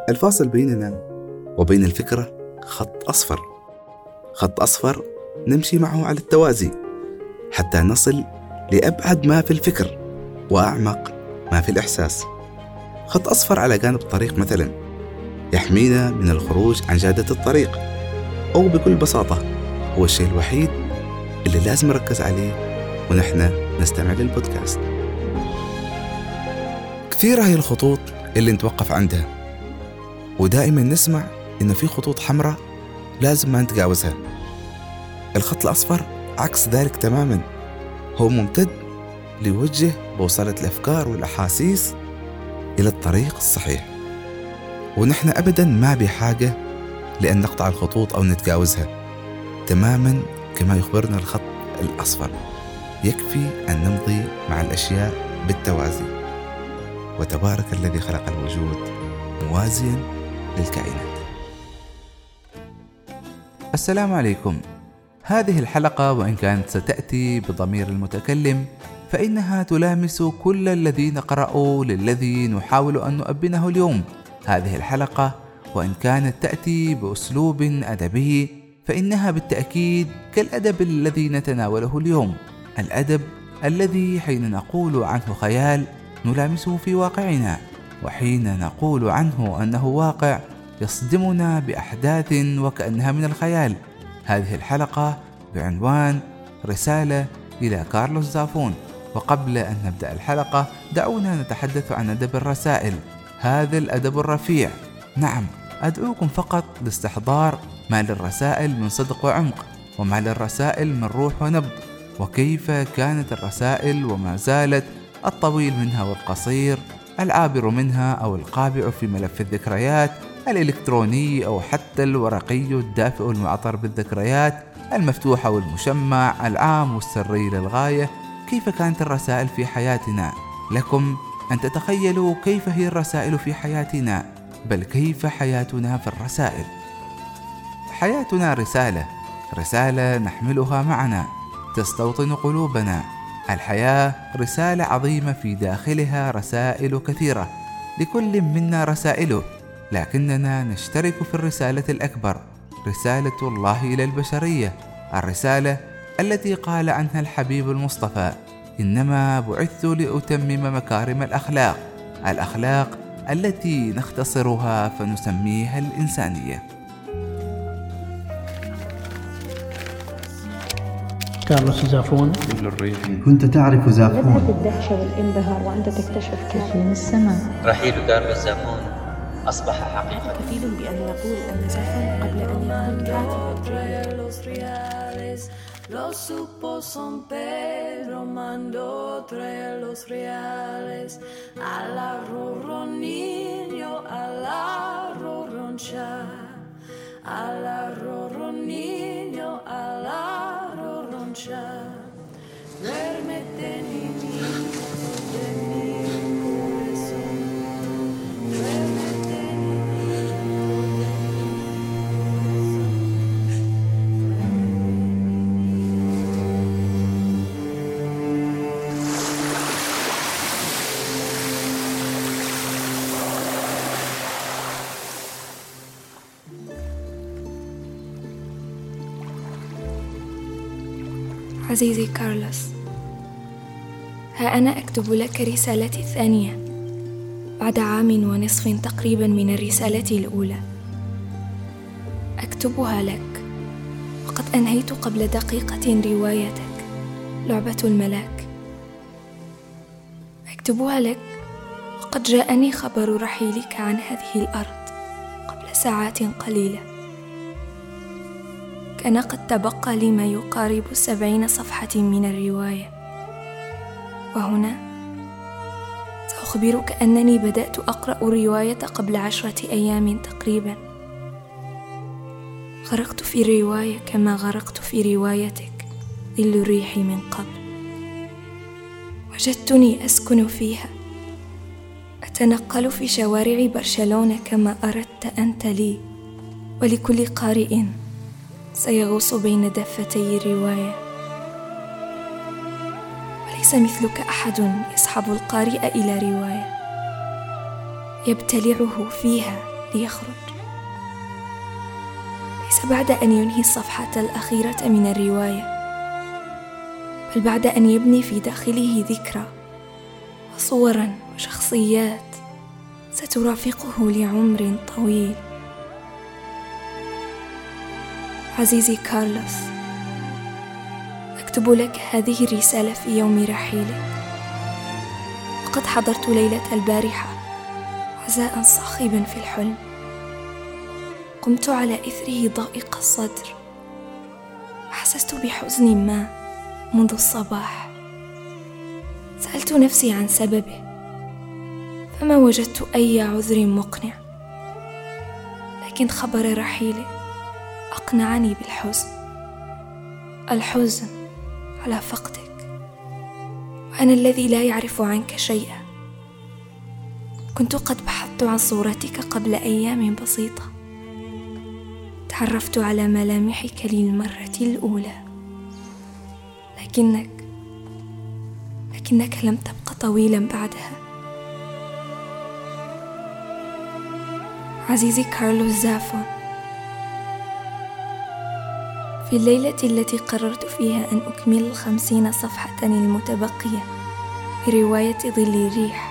الفاصل بيننا وبين الفكرة خط أصفر، خط أصفر نمشي معه على التوازي حتى نصل لأبعد ما في الفكر وأعمق ما في الإحساس. خط أصفر على جانب الطريق مثلا يحمينا من الخروج عن جادة الطريق، أو بكل بساطة هو الشيء الوحيد اللي لازم نركز عليه ونحن نستمع للبودكاست. كثيرة هي الخطوط اللي نتوقف عندها، ودائما نسمع إن في خطوط حمراء لازم ما نتجاوزها. الخط الأصفر عكس ذلك تماما، هو ممتد ليوجه بوصلة الأفكار والأحاسيس إلى الطريق الصحيح، ونحن أبدا ما بحاجة لأن نقطع الخطوط أو نتجاوزها، تماما كما يخبرنا الخط الأصفر. يكفي أن نمضي مع الأشياء بالتوازي، وتبارك الذي خلق الوجود موازيا للكائنات. السلام عليكم. هذه الحلقة وإن كانت ستأتي بضمير المتكلم فإنها تلامس كل الذين قرأوا للذي نحاول أن نؤبنه اليوم. هذه الحلقة وإن كانت تأتي بأسلوب أدبي فإنها بالتأكيد كالأدب الذي نتناوله اليوم، الأدب الذي حين نقول عنه خيال نلامسه في واقعنا، وحين نقول عنه أنه واقع يصدمنا بأحداث وكأنها من الخيال. هذه الحلقة بعنوان رسالة إلى كارلوس زافون. وقبل أن نبدأ الحلقة دعونا نتحدث عن أدب الرسائل، هذا الأدب الرفيع. نعم، أدعوكم فقط لاستحضار ما للرسائل من صدق وعمق، وما للرسائل من روح ونبض، وكيف كانت الرسائل وما زالت، الطويل منها والقصير، العابر منها أو القابع في ملف الذكريات، الإلكتروني أو حتى الورقي الدافئ المعطر بالذكريات، المفتوح والمشمع، العام والسري للغاية. كيف كانت الرسائل في حياتنا؟ لكم أن تتخيلوا كيف هي الرسائل في حياتنا، بل كيف حياتنا في الرسائل. حياتنا رسالة نحملها معنا تستوطن قلوبنا. الحياة رسالة عظيمة في داخلها رسائل كثيرة، لكل منا رسائله، لكننا نشترك في الرسالة الأكبر، رسالة الله إلى البشرية، الرسالة التي قال عنها الحبيب المصطفى: إنما بعثت لأتمم مكارم الأخلاق التي نختصرها فنسميها الإنسانية. كارلوس زافون. كنت تعرف زافون؟ لذهب الدهشة والانبهار وأنت تكتشف كيف من السماء. رحيل كارلوس زافون أصبح حقيقة. كفيل بأن نقول أن زافون قبل أن يكون كاتبا. Los supo San Pedro, mandó traer los reales al arroyo niño, al arroroncha, al arroyo niño, al arroroncha. Duérmete niño de mi corazón, duérmete عزيزي كارلوس، ها أنا أكتب لك رسالتي الثانية بعد عام ونصف تقريبا من الرسالة الأولى. أكتبها لك وقد أنهيت قبل دقيقة روايتك لعبة الملاك. أكتبها لك وقد جاءني خبر رحيلك عن هذه الأرض قبل ساعات قليلة. كان قد تبقى لي ما يقارب 70 صفحة من الرواية، وهنا سأخبرك أنني بدأت أقرأ الرواية قبل 10 أيام تقريبا. غرقت في الرواية كما غرقت في روايتك ظل الريح من قبل. وجدتني أسكن فيها، أتنقل في شوارع برشلونة كما أردت أنت لي ولكل قارئ سيغوص بين دفتي الرواية. وليس مثلك أحد يصحب القارئ إلى رواية، يبتلعه فيها ليخرج، ليس بعد أن ينهي الصفحة الأخيرة من الرواية، بل بعد أن يبني في داخله ذكرى وصورا وشخصيات سترافقه لعمر طويل. عزيزي كارلوس، أكتب لك هذه الرسالة في يوم رحيلك، وقد حضرت ليلة البارحة عزاء صاخبا في الحلم، قمت على إثره ضائق الصدر، أحسست بحزن ما منذ الصباح. سألت نفسي عن سببه، فما وجدت أي عذر مقنع، لكن خبر رحيله أقنعني بالحزن، الحزن على فقدك، وأنا الذي لا يعرف عنك شيئا. كنت قد بحثت عن صورتك قبل أيام بسيطة، تعرفت على ملامحك للمرة الأولى، لكنك لم تبق طويلا بعدها. عزيزي كارلوس زافون، في الليلة التي قررت فيها أن أكمل 50 صفحة المتبقية برواية ظل الريح،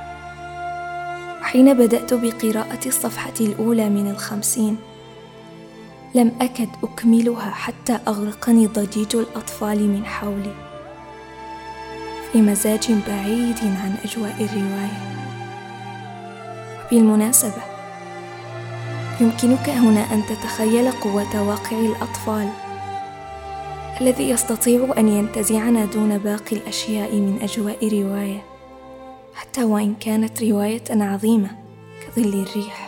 وحين بدأت بقراءة الصفحة الأولى من 50 لم أكد أكملها حتى أغرقني ضجيج الأطفال من حولي في مزاج بعيد عن أجواء الرواية. وبالمناسبة، يمكنك هنا أن تتخيل قوة واقع الأطفال الذي يستطيع أن ينتزعنا دون باقي الأشياء من أجواء رواية، حتى وإن كانت رواية عظيمة كظل الريح.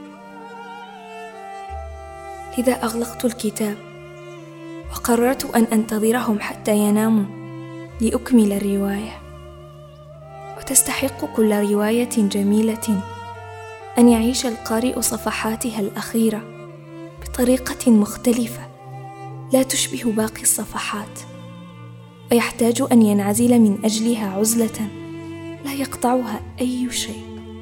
لذا أغلقت الكتاب وقررت أن أنتظرهم حتى يناموا لأكمل الرواية. وتستحق كل رواية جميلة أن يعيش القارئ صفحاتها الأخيرة بطريقة مختلفة لا تشبه باقي الصفحات، ويحتاج أن ينعزل من أجلها عزلة لا يقطعها أي شيء.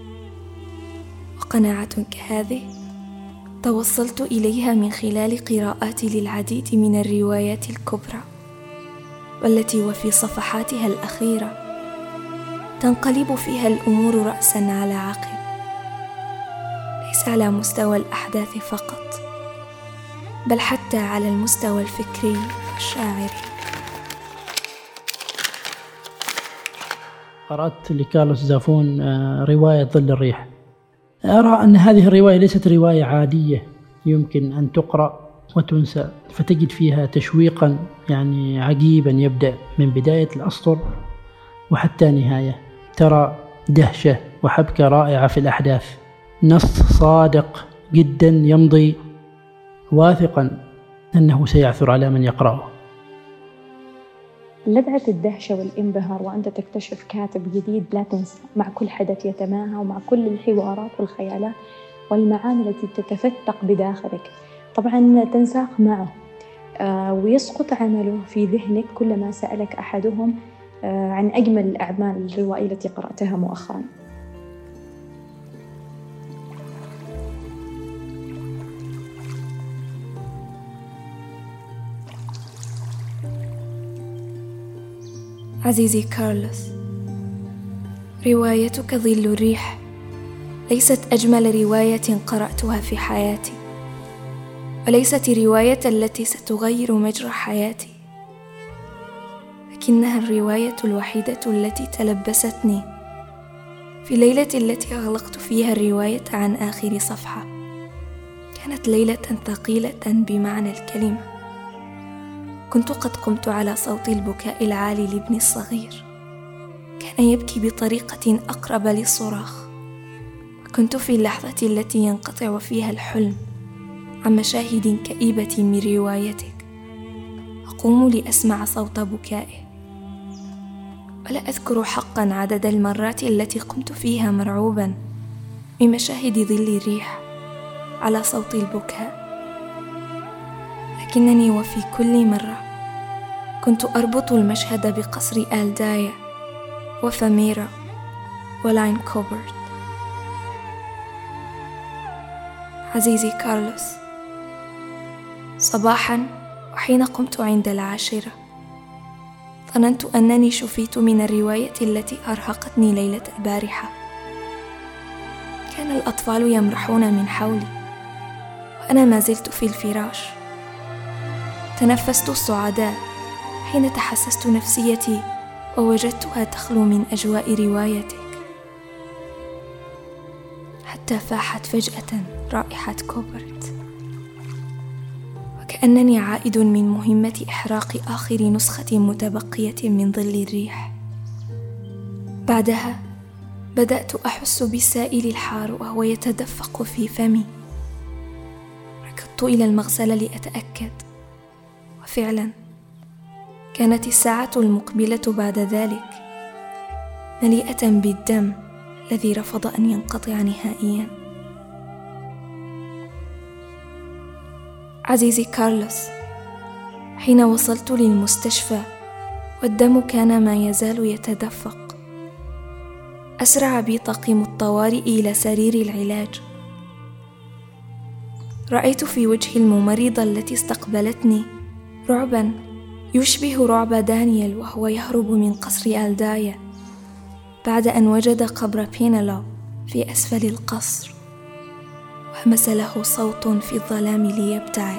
وقناعة كهذه توصلت إليها من خلال قراءاتي للعديد من الروايات الكبرى، والتي وفي صفحاتها الأخيرة تنقلب فيها الأمور رأسا على عقب، ليس على مستوى الأحداث فقط، بل حتى على المستوى الفكري والشاعري. قرأت لكارلوس زافون رواية ظل الريح. أرى أن هذه الرواية ليست رواية عادية يمكن أن تقرأ وتنسى، فتجد فيها تشويقا يعني عجيبا يبدأ من بداية الأسطر وحتى نهاية. ترى دهشة وحبكة رائعة في الأحداث، نص صادق جدا يمضي واثقا أنه سيعثر على من يقرأه. لذعة الدهشة والانبهار وأنت تكتشف كاتب جديد لا تنسى، مع كل حدث يتماهى ومع كل الحوارات والخيالات والمعاني التي تتفتق بداخلك، طبعا تنساق معه ويسقط عمله في ذهنك كلما سألك أحدهم عن أجمل الأعمال الروائية التي قرأتها مؤخرا. عزيزي كارلوس، روايتك ظل الريح ليست أجمل رواية قرأتها في حياتي، وليست الرواية التي ستغير مجرى حياتي، لكنها الرواية الوحيدة التي تلبستني في الليلة التي أغلقت فيها الرواية عن آخر صفحة. كانت ليلة ثقيلة بمعنى الكلمة. كنت قد قمت على صوت البكاء العالي لابني الصغير، كان يبكي بطريقة أقرب للصراخ. كنت في اللحظة التي ينقطع فيها الحلم عن مشاهد كئيبة من روايتك، أقوم لأسمع صوت بكائه، ولا أذكر حقا عدد المرات التي قمت فيها مرعوبا من مشاهد ظل الريح على صوت البكاء. لكنني وفي كل مرة كنت أربط المشهد بقصر آلدايا وفاميرا ولاين كوبرت. عزيزي كارلوس، صباحا وحين قمت عند 10 ظننت أنني شفيت من الرواية التي أرهقتني ليلة البارحة. كان الأطفال يمرحون من حولي وأنا ما زلت في الفراش. تنفست الصعداء حين تحسست نفسيتي ووجدتها تخلو من أجواء روايتك، حتى فاحت فجأة رائحة كوبرت، وكأنني عائد من مهمة إحراق آخر نسخة متبقية من ظل الريح. بعدها بدأت أحس بالسائل الحار وهو يتدفق في فمي. ركضت إلى المغسلة لأتأكد، وفعلا كانت الساعة المقبلة بعد ذلك مليئة بالدم الذي رفض أن ينقطع نهائيا. عزيزي كارلوس، حين وصلت للمستشفى والدم كان ما يزال يتدفق، أسرع بي طاقم الطوارئ إلى سرير العلاج. رأيت في وجه الممرضة التي استقبلتني رعبا يشبه رعب دانيال وهو يهرب من قصر ألدايا بعد أن وجد قبر بينيلوب في أسفل القصر، وهمس له صوت في الظلام ليبتعد.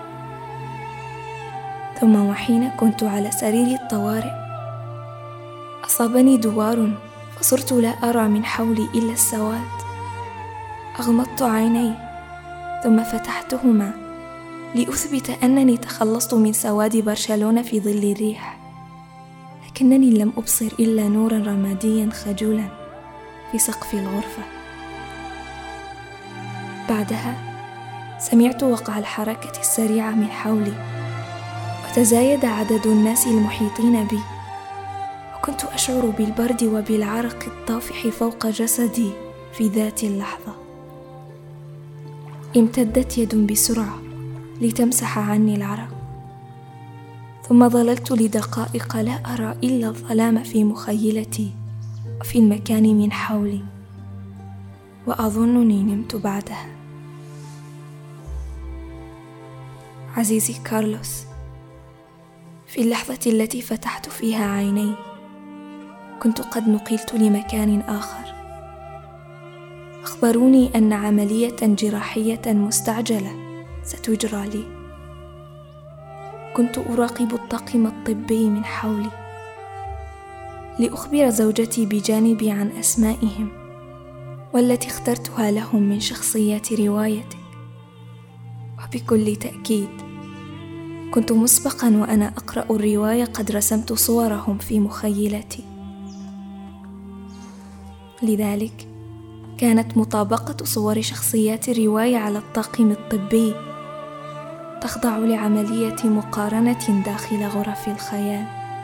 ثم وحين كنت على سرير الطوارئ أصابني دوار، فصرت لا أرى من حولي إلا السواد. أغمضت عيني ثم فتحتهما لأثبت أنني تخلصت من سواد برشلونة في ظل الريح، لكنني لم أبصر إلا نورا رماديا خجولا في سقف الغرفة. بعدها سمعت وقع الحركة السريعة من حولي، وتزايد عدد الناس المحيطين بي، وكنت أشعر بالبرد وبالعرق الطافح فوق جسدي في ذات اللحظة. امتدت يد بسرعة لتمسح عني العرق، ثم ظللت لدقائق لا أرى إلا الظلام في مخيلتي وفي المكان من حولي، وأظنني نمت بعدها. عزيزي كارلوس، في اللحظة التي فتحت فيها عيني كنت قد نقلت لمكان آخر. أخبروني أن عملية جراحية مستعجلة ستجرى لي. كنت أراقب الطاقم الطبي من حولي لأخبر زوجتي بجانبي عن أسمائهم والتي اخترتها لهم من شخصيات روايتك، وبكل تأكيد كنت مسبقا وأنا أقرأ الرواية قد رسمت صورهم في مخيلتي. لذلك كانت مطابقة صور شخصيات الرواية على الطاقم الطبي تخضع لعملية مقارنة داخل غرف الخيال.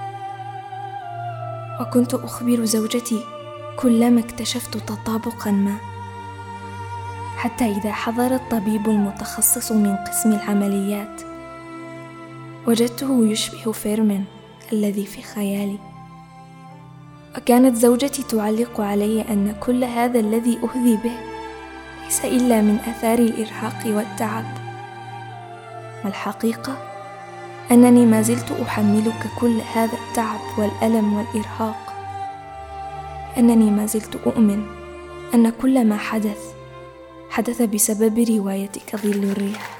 وكنت أخبر زوجتي كلما اكتشفت تطابقا ما، حتى إذا حضر الطبيب المتخصص من قسم العمليات وجدته يشبه فيرمين الذي في خيالي. وكانت زوجتي تعلق علي أن كل هذا الذي أهذي به ليس إلا من آثار الإرهاق والتعب، والحقيقة أنني ما زلت أحملك كل هذا التعب والألم والإرهاق، لأنني ما زلت أؤمن أن كل ما حدث بسبب روايتك ظل الريح.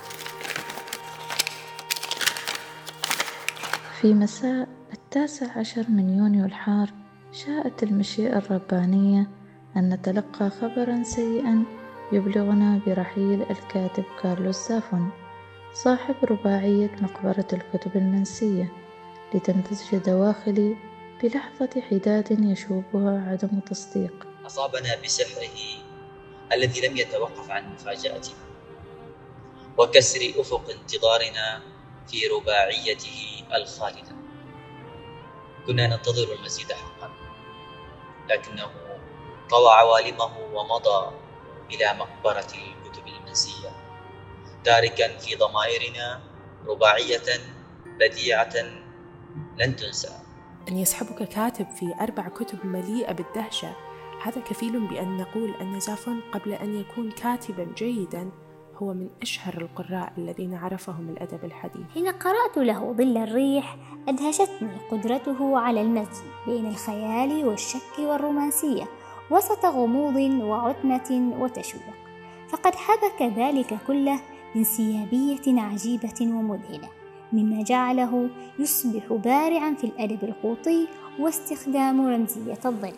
في مساء 19 من يونيو الحار شاءت المشيئة الربانية أن نتلقى خبرا سيئا يبلغنا برحيل الكاتب كارلوس زافون، صاحب رباعية مقبرة الكتب المنسية، لتمتزج دواخلي بلحظة حداد يشوبها عدم تصديق. أصابنا بسحره الذي لم يتوقف عن مفاجأتنا وكسر أفق انتظارنا في رباعيته الخالدة. كنا ننتظر المزيد حقا، لكنه طوى عوالمه ومضى إلى مقبرة الكتب المنسية، تاركا في ضمائرنا رباعية بديعة لن تنسى. أن يسحبك كاتب في 4 كتب مليئة بالدهشة، هذا كفيل بأن نقول أن زافون قبل أن يكون كاتبا جيدا وهو من أشهر القراء الذين عرفهم الأدب الحديث. حين قرأت له ظل الريح أدهشتني قدرته على المزج بين الخيال والشك والرومانسية وسط غموض وعتمة وتشوق، فقد حبك ذلك كله بانسيابية عجيبة ومذهلة، مما جعله يصبح بارعا في الأدب القوطي واستخدام رمزية الظل.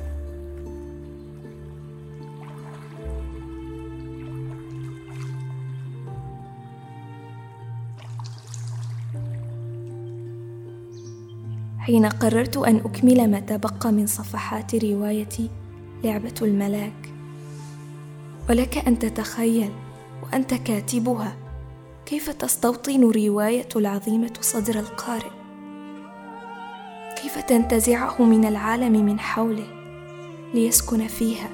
حين قررت أن أكمل ما تبقى من صفحات روايتي لعبة الملاك، ولك أن تتخيل وأنت كاتبها كيف تستوطن رواية العظيمة صدر القارئ، كيف تنتزعه من العالم من حوله ليسكن فيها،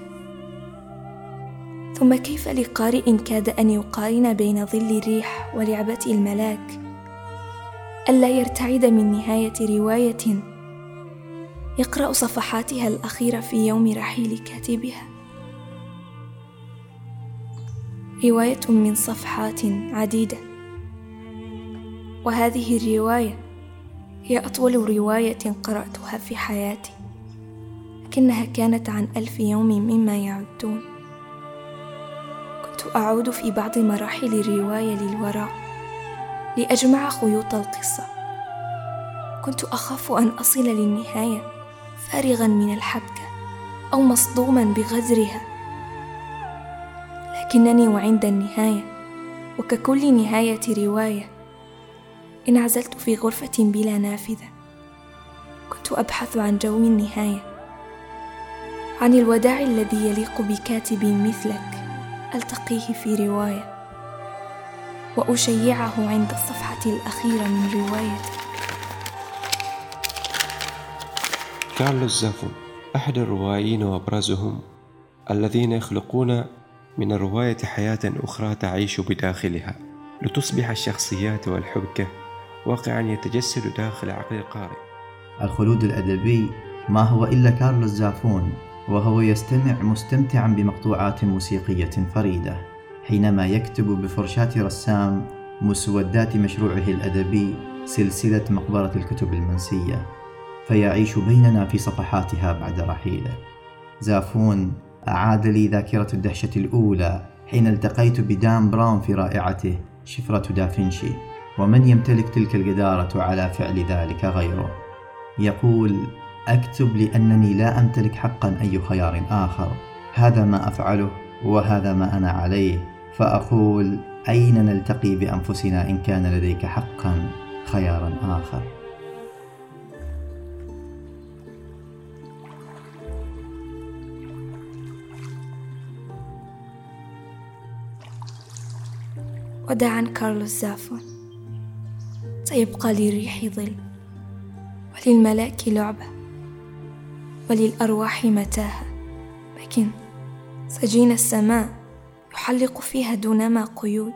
ثم كيف لقارئ كاد أن يقارن بين ظل الريح ولعبة الملاك ألا يرتعد من نهاية رواية يقرأ صفحاتها الأخيرة في يوم رحيل كاتبها. رواية من صفحات عديدة، وهذه الرواية هي أطول رواية قرأتها في حياتي، لكنها كانت عن 1000 يوم مما يعدون. كنت أعود في بعض مراحل الرواية للوراء لأجمع خيوط القصة. كنت أخاف أن أصل للنهاية فارغا من الحبكة أو مصدوما بغزرها، لكنني وعند النهاية وككل نهاية رواية انعزلت في غرفة بلا نافذة. كنت أبحث عن جو النهاية، عن الوداع الذي يليق بكاتب مثلك ألتقيه في رواية وأشيعه عند الصفحة الأخيرة من روايتي. كارلوس زافون أحد الروائيين وأبرزهم الذين يخلقون من الرواية حياة أخرى تعيش بداخلها لتصبح الشخصيات والحبكة واقعا يتجسد داخل عقل القارئ. الخلود الأدبي ما هو إلا كارلوس زافون، وهو يستمع مستمتعا بمقطوعات موسيقية فريدة حينما يكتب بفرشاة رسام مسودات مشروعه الأدبي سلسلة مقبرة الكتب المنسية، فيعيش بيننا في صفحاتها بعد رحيله. زافون أعاد لي ذاكرة الدهشة الأولى حين التقيت بدان براون في رائعته شفرة دافنشي، ومن يمتلك تلك الجدارة على فعل ذلك غيره. يقول: أكتب لأنني لا أمتلك حقا أي خيار آخر، هذا ما أفعله وهذا ما أنا عليه، فأقول: أين نلتقي بأنفسنا إن كان لديك حقا خيارا آخر؟ وداعا كارلوس زافون. سيبقى للريح ظل، وللملاك لعبة، وللأرواح متاهة، لكن سجين السماء يحلق فيها دون ما قيود.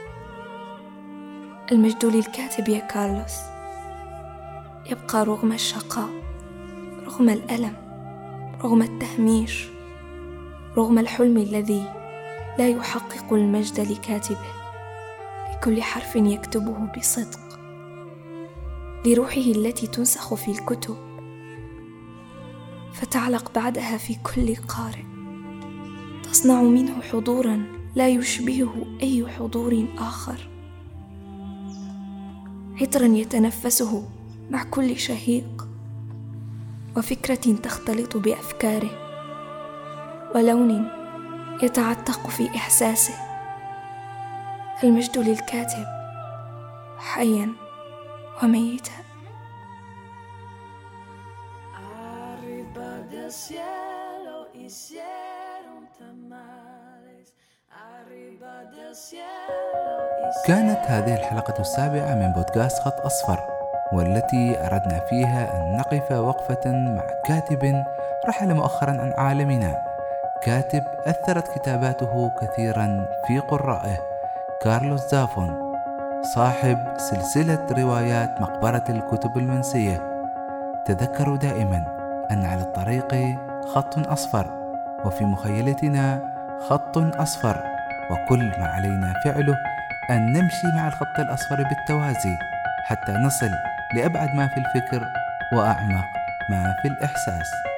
المجد للكاتب يا كارلوس، يبقى رغم الشقاء، رغم الألم، رغم التهميش، رغم الحلم الذي لا يحقق المجد لكاتبه، لكل حرف يكتبه بصدق، لروحه التي تنسخ في الكتب فتعلق بعدها في كل قارئ، تصنع منه حضورا لا يشبهه أي حضور آخر، عطرا يتنفسه مع كل شهيق، وفكرة تختلط بأفكاره، ولون يتعتق في إحساسه. المجد للكاتب حيا وميتا. كانت هذه الحلقة السابعة من بودكاست خط أصفر، والتي أردنا فيها أن نقف وقفة مع كاتب رحل مؤخرا عن عالمنا، كاتب أثرت كتاباته كثيرا في قرائه، كارلوس زافون، صاحب سلسلة روايات مقبرة الكتب المنسية. تذكروا دائما أن على الطريق خط أصفر، وفي مخيلتنا خط أصفر، وكل ما علينا فعله أن نمشي مع الخط الأصفر بالتوازي حتى نصل لأبعد ما في الفكر وأعمق ما في الإحساس.